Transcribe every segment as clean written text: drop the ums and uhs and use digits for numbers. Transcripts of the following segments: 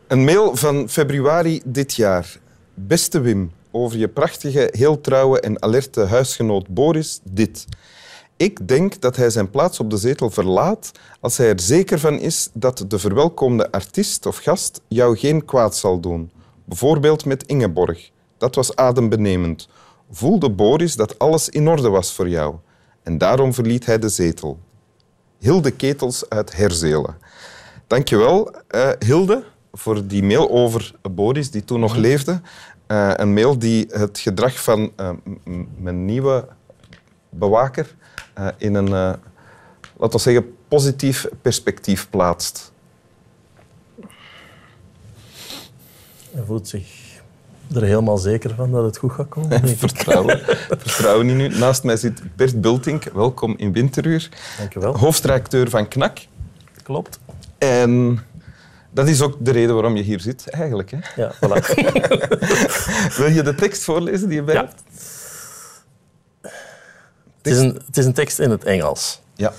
Een mail van februari dit jaar. Beste Wim, over je prachtige, heel trouwe en alerte huisgenoot Boris dit. Ik denk dat hij zijn plaats op de zetel verlaat als hij er zeker van is dat de verwelkomde artiest of gast jou geen kwaad zal doen. Bijvoorbeeld met Ingeborg. Dat was adembenemend. Voelde Boris dat alles in orde was voor jou. En daarom verliet hij de zetel. Hilde Ketels uit Herzelen. Dankjewel, Hilde, voor die mail over Boris, die toen nog leefde. Een mail die het gedrag van mijn nieuwe bewaker in een, laten we zeggen, positief perspectief plaatst. Hij voelt zich er helemaal zeker van dat het goed gaat komen. Vertrouwen in u. Naast mij zit Bert Bultink. Welkom in Winteruur. Dank je wel. Hoofdredacteur van KNAK. Klopt. En dat is ook de reden waarom je hier zit, eigenlijk. Hè? Ja, voilà. Wil je de tekst voorlezen die je bij hebt? Het is een tekst in het Engels. Ja.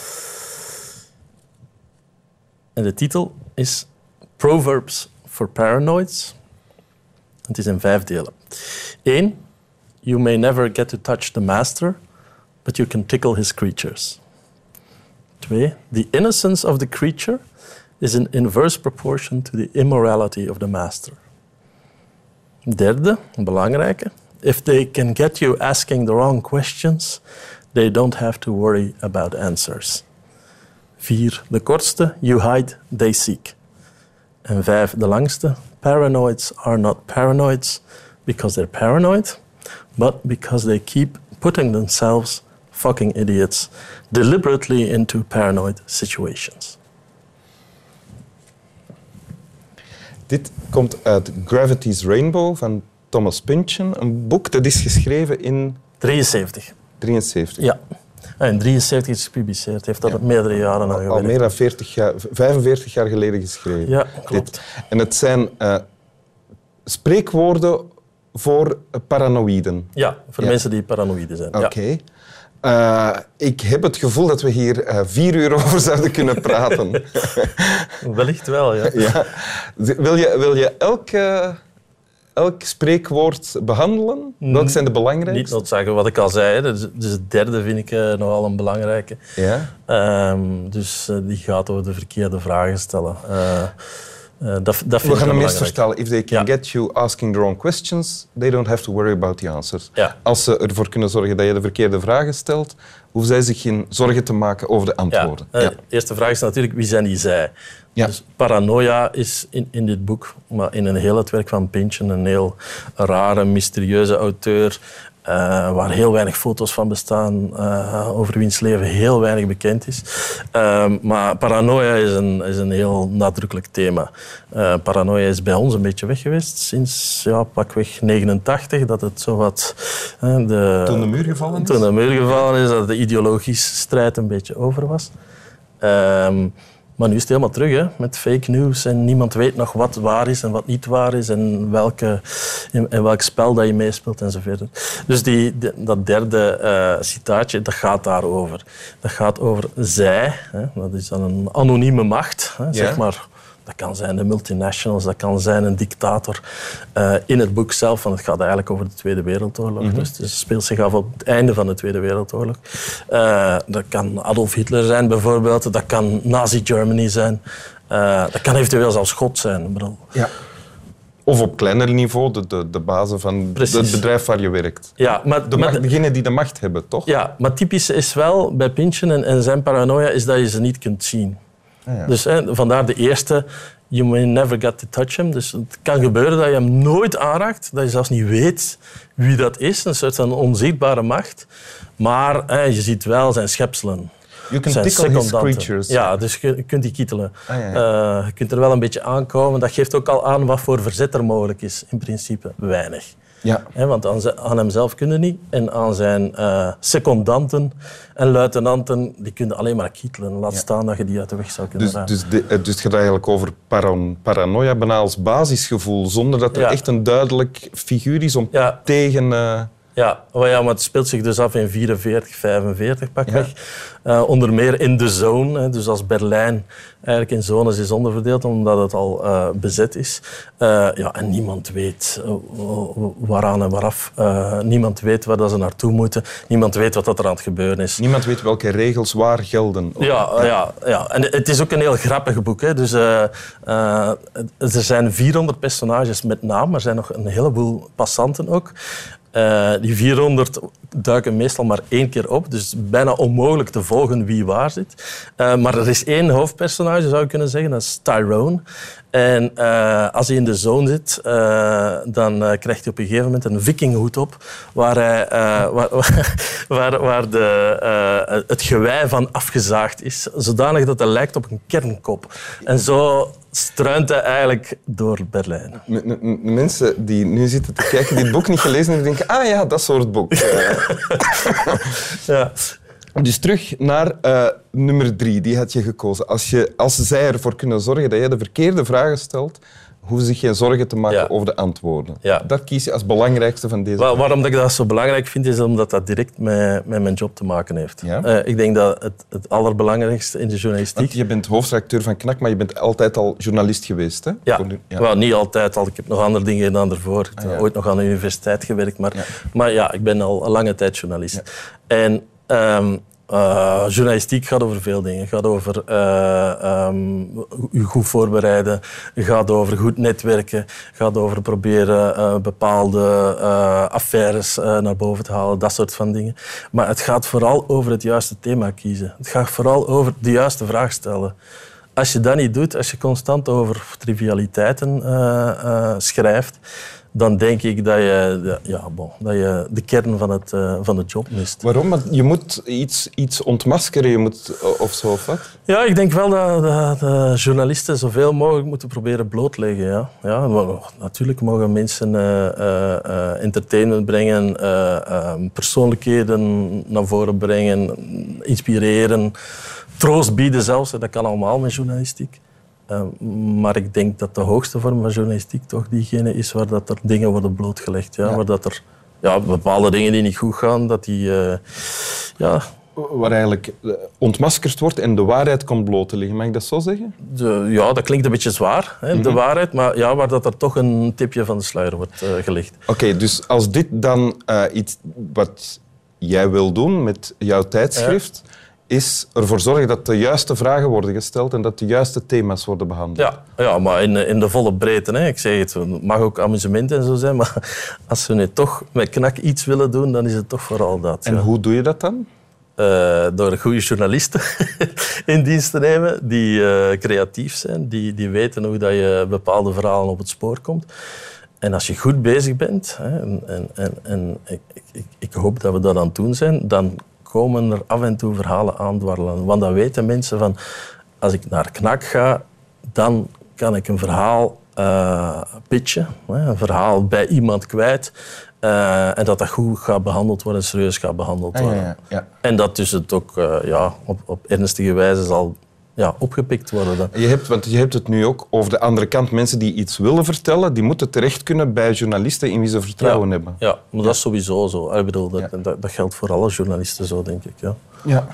En de titel is Proverbs for Paranoids. Het is in 5 delen. 1. You may never get to touch the master, but you can tickle his creatures. 2. The innocence of the creature is in inverse proportion to the immorality of the master. 3. Een belangrijke. If they can get you asking the wrong questions, they don't have to worry about answers. 4. De kortste. You hide, they seek. En 5. De langste. Paranoids are not paranoids because they're paranoid, but because they keep putting themselves, fucking idiots, deliberately into paranoid situations. Dit komt uit Gravity's Rainbow van Thomas Pynchon. Een boek dat is geschreven in... 73. 73. Ja. En in 73 is het gepubliceerd. Heeft dat meerdere jaren aan gewerkt. Al meer dan 45 jaar geleden geschreven. Ja, klopt. Dit. En het zijn spreekwoorden voor paranoïden. Ja, voor mensen die paranoïden zijn. Oké. Ik heb het gevoel dat we hier 4 uur over zouden kunnen praten. Wellicht wel, ja. Ja. Wil je elk spreekwoord behandelen? Welke zijn de belangrijkste? Niet noodzakelijk wat ik al zei. Dus het derde vind ik nogal een belangrijke. Ja? Die gaat over de verkeerde vragen stellen. Dat vind We gaan hem eerst belangrijk. vertellen. If they can get you asking the wrong questions, they don't have to worry about the answers. Ja. Als ze ervoor kunnen zorgen dat je de verkeerde vragen stelt, hoeven zij zich geen zorgen te maken over de antwoorden. De eerste vraag is natuurlijk, wie zijn die zij? Ja. Dus paranoia is in dit boek, maar in een heel het werk van Pynchon, een heel rare, mysterieuze auteur, waar heel weinig foto's van bestaan, over wiens leven heel weinig bekend is. Maar paranoia is een heel nadrukkelijk thema. Paranoia is bij ons een beetje weg geweest sinds pakweg 89, dat het zo wat... Toen de muur gevallen is? Toen de muur gevallen is, dat de ideologische strijd een beetje over was. Maar nu is het helemaal terug, hè, met fake news en niemand weet nog wat waar is en wat niet waar is en welk spel dat je meespeelt enzovoort. Dus dat derde citaatje, dat gaat daarover. Dat gaat over zij, hè, dat is dan een anonieme macht, hè, zeg maar. Dat kan zijn de multinationals, dat kan zijn een dictator. In het boek zelf, want het gaat eigenlijk over de Tweede Wereldoorlog. Mm-hmm. Dus het speelt zich af op het einde van de Tweede Wereldoorlog. Dat kan Adolf Hitler zijn bijvoorbeeld, dat kan Nazi-Germany zijn. Dat kan eventueel zelfs God zijn. Ik bedoel. Ja. Of op kleiner niveau, de bazen van het bedrijf waar je werkt. Ja, maar degenen die de macht hebben, toch? Ja, maar typisch is wel bij Pynchon en zijn paranoia is dat je ze niet kunt zien. Ja. Dus vandaar de eerste, you may never get to touch him. Dus het kan gebeuren dat je hem nooit aanraakt, dat je zelfs niet weet wie dat is, een soort van onzichtbare macht. Maar je ziet wel zijn schepselen. You can tickle his creatures. Ja, dus je kunt die kietelen. Je kunt er wel een beetje aankomen. Dat geeft ook al aan wat voor verzet er mogelijk is. In principe weinig. Ja. Want aan hemzelf kunnen niet. En aan zijn secondanten en luitenanten, die kunnen alleen maar kietelen. Laat staan dat je die uit de weg zou kunnen ruimen. Dus het gaat eigenlijk over paranoia bijna als basisgevoel, zonder dat er echt een duidelijk figuur is om tegen Ja, maar het speelt zich dus af in 44, 45 pakweg. Onder meer in de zone. Hè, dus als Berlijn eigenlijk in zones is onderverdeeld, omdat het al bezet is. En niemand weet waaraan en waaraf. Niemand weet waar dat ze naartoe moeten. Niemand weet wat er aan het gebeuren is. Niemand weet welke regels waar gelden. Ja. En het is ook een heel grappig boek. Hè. Dus, er zijn 400 personages met naam, maar er zijn nog een heleboel passanten ook. Die 400 duiken meestal maar 1 keer op, dus bijna onmogelijk te volgen wie waar zit. Maar er is 1 hoofdpersonage, zou je kunnen zeggen, dat is Tyrone. En als hij in de zone zit, dan krijgt hij op een gegeven moment een vikinghoed op, waar het gewei van afgezaagd is, zodanig dat hij lijkt op een kernkop. En zo struint hij eigenlijk door Berlijn. Mensen die nu zitten te kijken, die het boek niet gelezen hebben, denken, dat soort boek. Ja. Dus terug naar nummer 3, die had je gekozen. Als zij ervoor kunnen zorgen dat jij de verkeerde vragen stelt, hoeven ze zich geen zorgen te maken over de antwoorden. Ja. Dat kies je als belangrijkste van deze. Waarom ik dat zo belangrijk vind, is omdat dat direct met mijn job te maken heeft. Ja? Ik denk dat het allerbelangrijkste in de journalistiek... Want je bent hoofdredacteur van KNAK, maar je bent altijd al journalist geweest, hè? Ja, Well, niet altijd al. Ik heb nog andere dingen gedaan daarvoor. Ik heb ooit nog aan de universiteit gewerkt. Maar ik ben al een lange tijd journalist. Ja. En... journalistiek gaat over veel dingen. Het gaat over je goed voorbereiden, het gaat over goed netwerken, het gaat over proberen bepaalde affaires naar boven te halen, dat soort van dingen. Maar het gaat vooral over het juiste thema kiezen. Het gaat vooral over de juiste vraag stellen. Als je dat niet doet, als je constant over trivialiteiten schrijft, dan denk ik dat je de kern van het job mist. Waarom? Want je moet iets ontmaskeren, of zo, of wat? Ja, ik denk wel dat journalisten zoveel mogelijk moeten proberen blootleggen. Ja, natuurlijk mogen mensen entertainment brengen, persoonlijkheden naar voren brengen, inspireren, troost bieden zelfs. Dat kan allemaal met journalistiek. Maar ik denk dat de hoogste vorm van journalistiek toch diegene is waar dat er dingen worden blootgelegd. Ja? Waar dat er bepaalde dingen die niet goed gaan, dat die... Waar eigenlijk ontmaskerd wordt en de waarheid komt bloot te liggen. Mag ik dat zo zeggen? Dat klinkt een beetje zwaar, hè, de waarheid. Maar waar dat er toch een tipje van de sluier wordt gelegd. Oké, dus als dit dan iets wat jij wil doen met jouw tijdschrift... is ervoor zorgen dat de juiste vragen worden gesteld en dat de juiste thema's worden behandeld. Ja, maar in de volle breedte. Hè. Ik zeg het mag ook amusement en zo zijn, maar als we nu toch met KNAK iets willen doen, dan is het toch vooral dat. En hoe doe je dat dan? Door goede journalisten in dienst te nemen die creatief zijn, die weten hoe dat je bepaalde verhalen op het spoor komt. En als je goed bezig bent, hè, en ik hoop dat we dat aan het doen zijn, dan komen er af en toe verhalen aandwarrelen. Want dan weten mensen van, als ik naar KNAK ga, dan kan ik een verhaal pitchen, een verhaal bij iemand kwijt, en dat goed gaat behandeld worden, serieus gaat behandeld worden. Ja. En dat dus het ook op ernstige wijze zal opgepikt worden. Dan. Je hebt het nu ook over de andere kant. Mensen die iets willen vertellen, die moeten terecht kunnen bij journalisten in wie ze vertrouwen hebben. Ja, maar dat is sowieso zo. Ik bedoel, dat geldt voor alle journalisten zo, denk ik. Ja.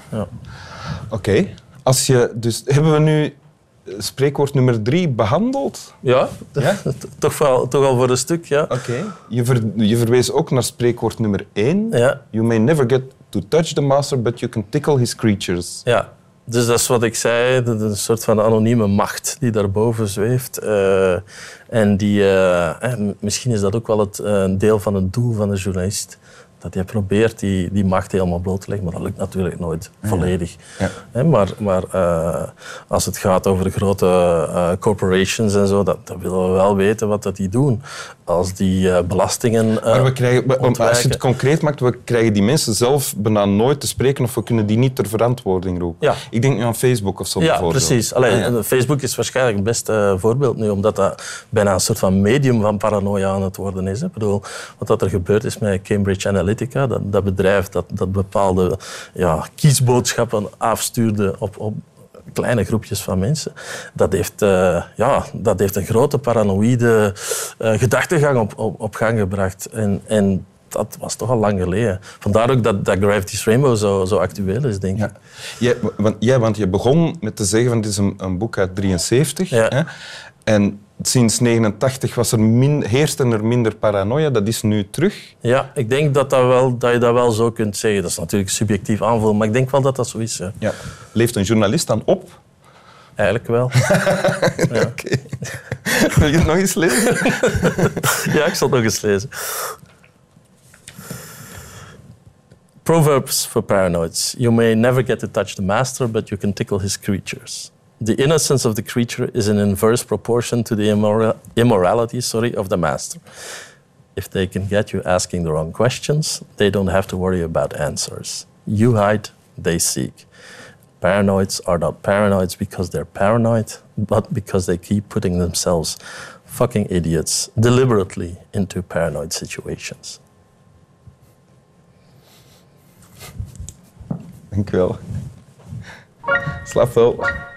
Oké. Hebben we nu spreekwoord nummer 3 behandeld? Ja? Toch al voor een stuk, ja. Oké. Je verwees ook naar spreekwoord nummer 1. Ja. You may never get to touch the master, but you can tickle his creatures. Ja. Dus dat is wat ik zei, een soort van anonieme macht die daarboven zweeft. En misschien is dat ook wel een deel van het doel van de journalist. Dat hij probeert die macht helemaal bloot te leggen, maar dat lukt natuurlijk nooit volledig. Ja. Maar als het gaat over grote corporations en zo, dan willen we wel weten wat dat die doen. Als die belastingen als je het concreet maakt, we krijgen die mensen zelf bijna nooit te spreken of we kunnen die niet ter verantwoording roepen. Ja. Ik denk nu aan Facebook of zo bijvoorbeeld. Precies. Facebook is waarschijnlijk het beste voorbeeld nu, omdat dat bijna een soort van medium van paranoia aan het worden is. Ik bedoel, wat er gebeurd is met Cambridge Analytica, dat bedrijf dat bepaalde kiesboodschappen afstuurde op kleine groepjes van mensen. Dat heeft een grote paranoïde gedachtegang op gang gebracht. En dat was toch al lang geleden. Vandaar ook dat Gravity's Rainbow zo actueel is, denk ik. Want je begon met te zeggen van het is een boek uit 73. Ja. Hè? En sinds 89 heerste er minder paranoia. Dat is nu terug. Ja, ik denk dat je dat wel zo kunt zeggen. Dat is natuurlijk subjectief aanvullen, maar ik denk wel dat dat zo is. Ja. Ja. Leeft een journalist dan op? Eigenlijk wel. Ja. Oké. Wil je het nog eens lezen? Ja, ik zal het nog eens lezen. Proverbs for paranoids. You may never get to touch the master, but you can tickle his creatures. The innocence of the creature is in inverse proportion to the immorality of the master. If they can get you asking the wrong questions, they don't have to worry about answers. You hide, they seek. Paranoids are not paranoids because they're paranoid, but because they keep putting themselves, fucking idiots, deliberately into paranoid situations. Dank u wel. Slaap wel.